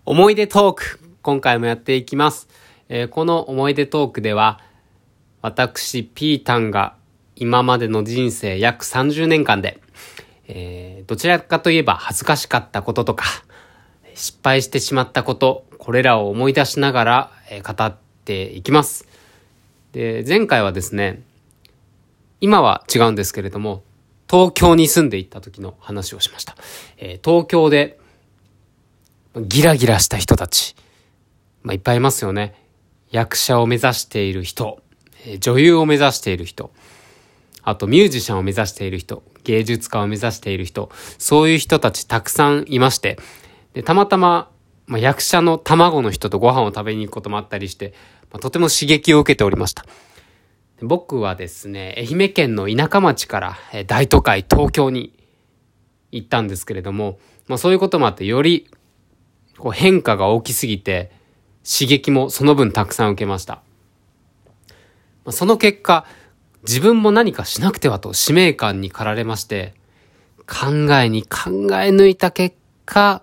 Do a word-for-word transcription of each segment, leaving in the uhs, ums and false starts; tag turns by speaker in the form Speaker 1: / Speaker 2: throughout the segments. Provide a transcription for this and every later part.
Speaker 1: 思い出トーク、今回もやっていきます。えー、この思い出トークでは、私ピータンが今までの人生約さんじゅうねんかんで、えー、どちらかといえば恥ずかしかったこととか、失敗してしまったこと、これらを思い出しながら、えー、語っていきます。で、前回はですね、今は違うんですけれども、東京に住んでいた時の話をしました。えー、東京でギラギラした人たち、まあ、いっぱいいますよね。役者を目指している人、女優を目指している人、あとミュージシャンを目指している人、芸術家を目指している人、そういう人たちたくさんいまして、でたまたま、まあ、役者の卵の人とご飯を食べに行くこともあったりして、まあ、とても刺激を受けておりました。で僕はですね、愛媛県の田舎町から大都会東京に行ったんですけれども、まあ、そういうこともあってよりこう変化が大きすぎて刺激もその分たくさん受けました。その結果、自分も何かしなくてはと使命感に駆られまして、考えに考え抜いた結果、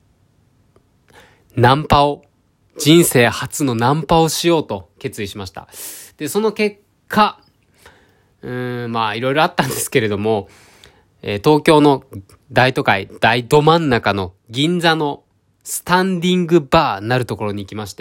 Speaker 1: ナンパを、人生初のナンパをしようと決意しました。で、その結果、うーん、まあいろいろあったんですけれども、えー、東京の大都会、大ど真ん中の銀座のスタンディングバーなるところに行きまして、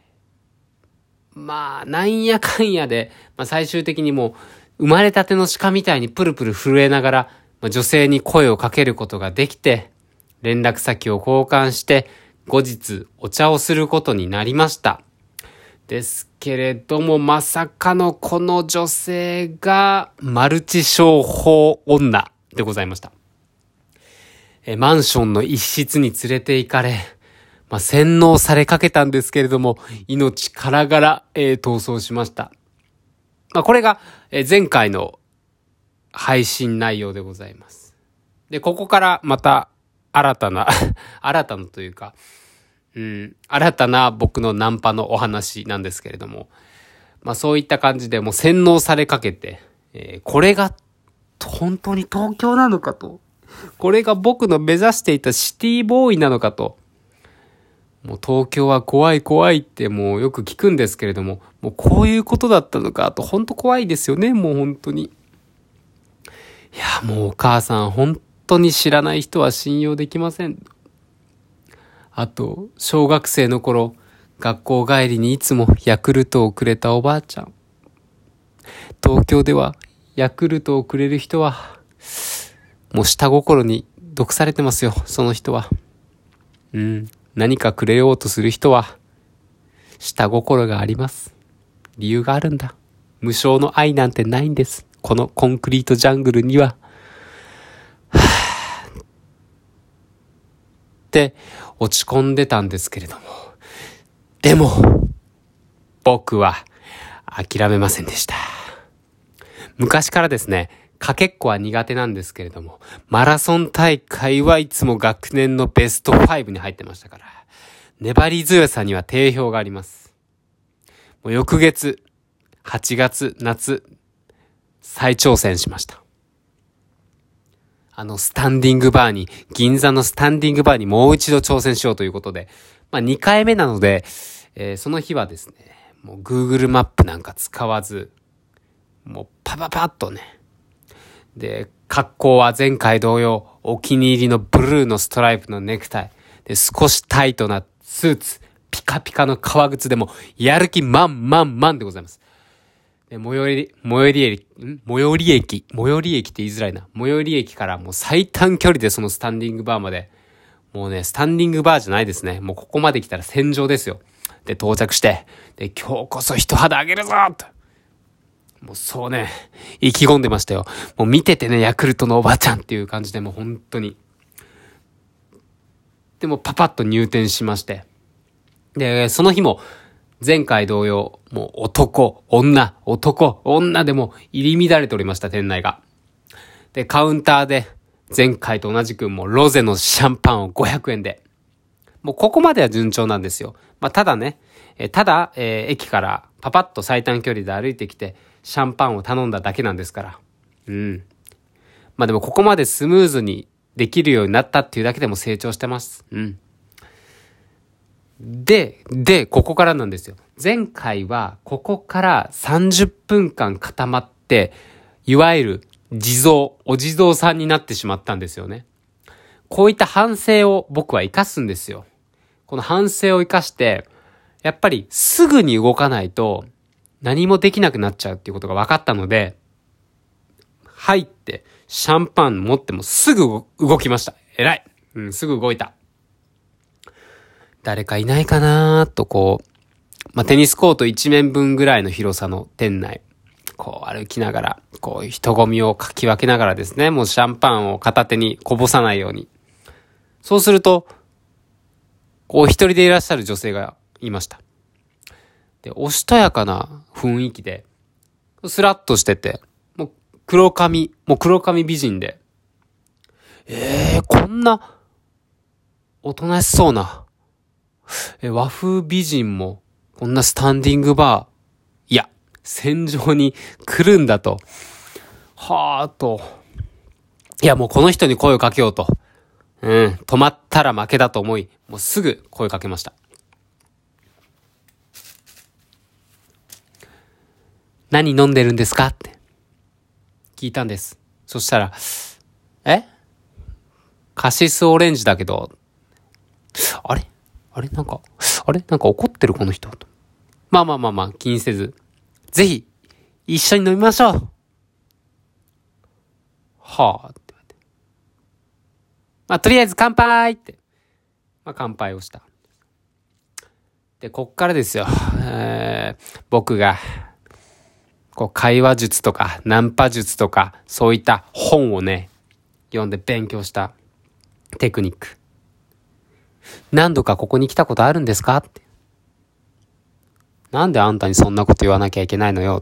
Speaker 1: まあ、なんやかんやで、まあ、最終的にもう、生まれたての鹿みたいにプルプル震えながら、まあ、女性に声をかけることができて、連絡先を交換して、後日お茶をすることになりました。ですけれども、まさかのこの女性が、マルチ商法女でございました。えマンションの一室に連れて行かれ、まあ、洗脳されかけたんですけれども、命からがら、えー、逃走しました。まあ、これが、えー、前回の配信内容でございます。で、ここからまた新たな、新たなというか、うん、新たな僕のナンパのお話なんですけれども、まあそういった感じでもう洗脳されかけて、えー、これが本当に東京なのかと。これが僕の目指していたシティボーイなのかと。もう東京は怖い怖いってもうよく聞くんですけれども、もうこういうことだったのかと本当怖いですよね、もう本当に。いや、もうお母さん本当に知らない人は信用できません。あと、小学生の頃、学校帰りにいつもヤクルトをくれたおばあちゃん。東京ではヤクルトをくれる人は、もう下心に毒されてますよ、その人は。うん、何かくれようとする人は、下心があります。理由があるんだ。無償の愛なんてないんです。このコンクリートジャングルには。はぁって落ち込んでたんですけれども。でも、僕は諦めませんでした。昔からですね、かけっこは苦手なんですけれども、マラソン大会はいつも学年のベストファイブに入ってましたから、粘り強さには定評があります。もう翌月、はちがつ、夏、再挑戦しました。あのスタンディングバーに、銀座のスタンディングバーにもう一度挑戦しようということで、まあにかいめなので、えー、その日はですね、もう Google マップなんか使わず、もうパパパッとね、で、格好は前回同様、お気に入りのブルーのストライプのネクタイ、で、少しタイトなスーツ、ピカピカの革靴でも、やる気満々満でございます。で、最寄り、最寄り駅、ん最寄り駅、最寄り駅って言いづらいな。最寄り駅からもう最短距離でそのスタンディングバーまで、もうね、スタンディングバーじゃないですね。もうここまで来たら戦場ですよ。で、到着して、で、今日こそ一肌あげるぞと。もうそうね、意気込んでましたよ。もう見ててね、ヤクルトのおばちゃんっていう感じでもう本当に。でもパパッと入店しまして。で、その日も前回同様、もう男、女、男、女でも入り乱れておりました、店内が。で、カウンターで前回と同じくもうロゼのシャンパンをごひゃくえんで。もうここまでは順調なんですよ。まあただね、えただ、えー、駅からパパッと最短距離で歩いてきて、シャンパンを頼んだだけなんですから。うん。まあでもここまでスムーズにできるようになったっていうだけでも成長してます。うん。 で、で、ここからなんですよ。前回はここからさんじゅっぷんかん固まって、いわゆる地蔵、お地蔵さんになってしまったんですよね。こういった反省を僕は活かすんですよ。この反省を活かして、やっぱりすぐに動かないと何もできなくなっちゃうっていうことが分かったので、入ってシャンパン持ってもすぐ動きました。偉い。うん、すぐ動いた。誰かいないかなーとこう、まあ、テニスコート一面分ぐらいの広さの店内、こう歩きながら、こう人混みをかき分けながらですね、もうシャンパンを片手にこぼさないように。そうすると、こう一人でいらっしゃる女性がいました。で、おしとやかな雰囲気で、スラッとしてて、もう黒髪、もう黒髪美人で、えー、こんな、おとなしそうな、え和風美人も、こんなスタンディングバー、いや、戦場に来るんだと。はーと。いや、もうこの人に声をかけようと。うん、止まったら負けだと思い、もうすぐ声かけました。何飲んでるんですかって聞いたんです。そしたら、えカシスオレンジだけど、あれあれなんか、あれなんか怒ってるこの人と。まあまあまあまあ、気にせず。ぜひ、一緒に飲みましょう。はあ、って言われて。まあ、とりあえず乾杯って。まあ、乾杯をした。で、こっからですよ。えー、僕が、こう、会話術とか、ナンパ術とか、そういった本をね、読んで勉強したテクニック。何度かここに来たことあるんですかって。なんであんたにそんなこと言わなきゃいけないのよって。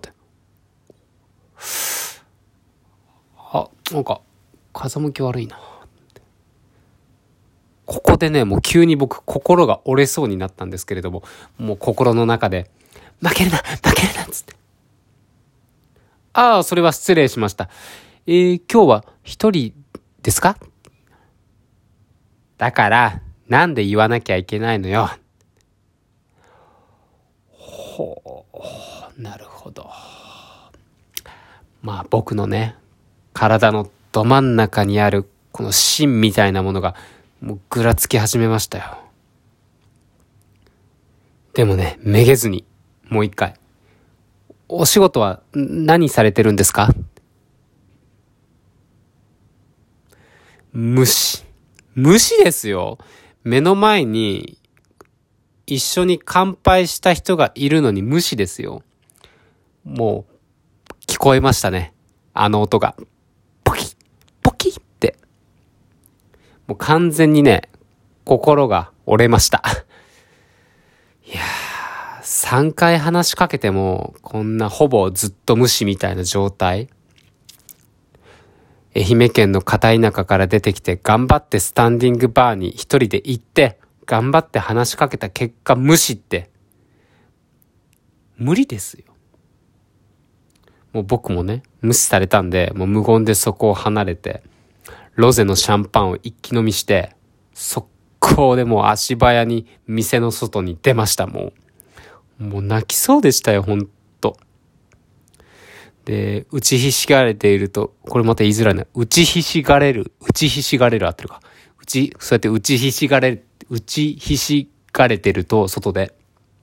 Speaker 1: あ、なんか、風向き悪いな。ここでね、もう急に僕、心が折れそうになったんですけれども、もう心の中で、負けるな、負けるなっつって。ああ、それは失礼しました。えー、今日は一人ですか？だから、なんで言わなきゃいけないのよ。ほう、なるほど。まあ僕のね、体のど真ん中にあるこの芯みたいなものがもうぐらつき始めましたよ。でもね、めげずにもう一回。お仕事は何されてるんですか？無視。無視ですよ。目の前に一緒に乾杯した人がいるのに無視ですよ。もう聞こえましたね。あの音が。ポキッ、ポキッって。もう完全にね、心が折れました。いやー、さんかい話しかけても、こんなほぼずっと無視みたいな状態。愛媛県の片田舎から出てきて、頑張ってスタンディングバーに一人で行って、頑張って話しかけた結果無視って、無理ですよ。もう僕もね、無視されたんで、もう無言でそこを離れて、ロゼのシャンパンを一気飲みして、速攻でもう足早に店の外に出ました、もう。もう泣きそうでしたよ、ほんと。で、打ちひしがれていると、これまた言いづらいな。打ちひしがれる、打ちひしがれる合ってるか。打ち、そうやって打ちひしがれる、打ちひしがれてると、外で。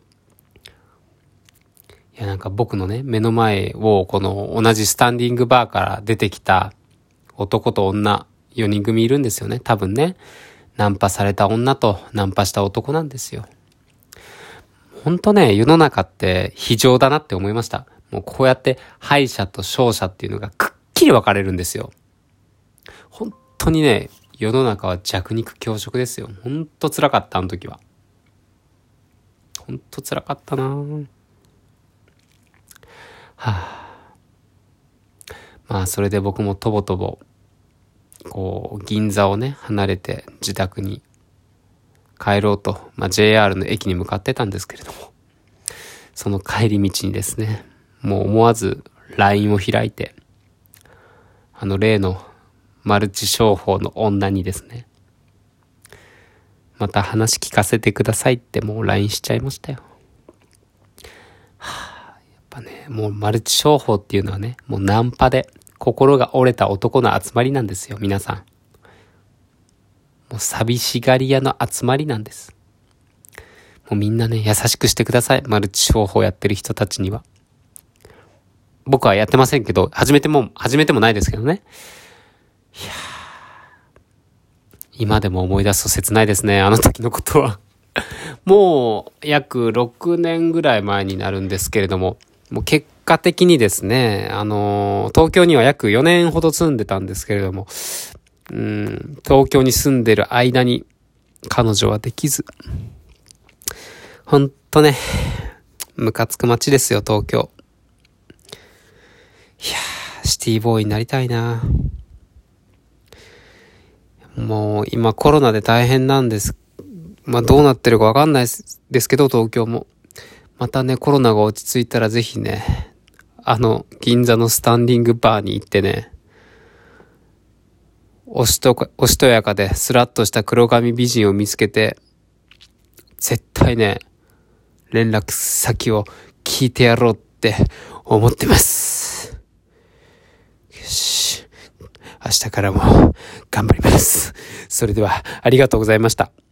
Speaker 1: いや、なんか僕のね、目の前を、この同じスタンディングバーから出てきた男と女、よにん組いるんですよね。多分ね。ナンパされた女とナンパした男なんですよ。ほんとね、世の中って非情だなって思いました。もうこうやって敗者と勝者っていうのがくっきり分かれるんですよ。本当にね、世の中は弱肉強食ですよ。ほんと辛かった、あの時は。ほんと辛かったなぁ。はあ、まあそれで僕もとぼとぼこう銀座をね離れて自宅に帰ろうと、まあ、ジェイアール の駅に向かってたんですけれども、その帰り道にですね、もう思わず ライン を開いて、あの例のマルチ商法の女にですね、 また話聞かせてくださいってもう ライン しちゃいましたよ。はあ、やっぱね、もうマルチ商法っていうのはね、もうナンパで心が折れた男の集まりなんですよ、皆さん。もう寂しがり屋の集まりなんです。もうみんなね、優しくしてください。マルチ商法やってる人たちには。僕はやってませんけど、始めても、始めてもないですけどね。いやー、今でも思い出すと切ないですね、あの時のことは。もう約ろくねんぐらい前になるんですけれども、もう結果的にですね、あのー、東京には約よねんほど住んでたんですけれども、うーん、東京に住んでる間に彼女はできず、ほんとね、ムカつく街ですよ、東京。いやー、シティボーイになりたいな。もう今コロナで大変なんです。まあどうなってるかわかんないですけど、東京も。またね、コロナが落ち着いたらぜひね、あの、銀座のスタンディングバーに行ってね、おしとか、おしとやかでスラッとした黒髪美人を見つけて、絶対ね、連絡先を聞いてやろうって思ってます。よし。明日からも頑張ります。それではありがとうございました。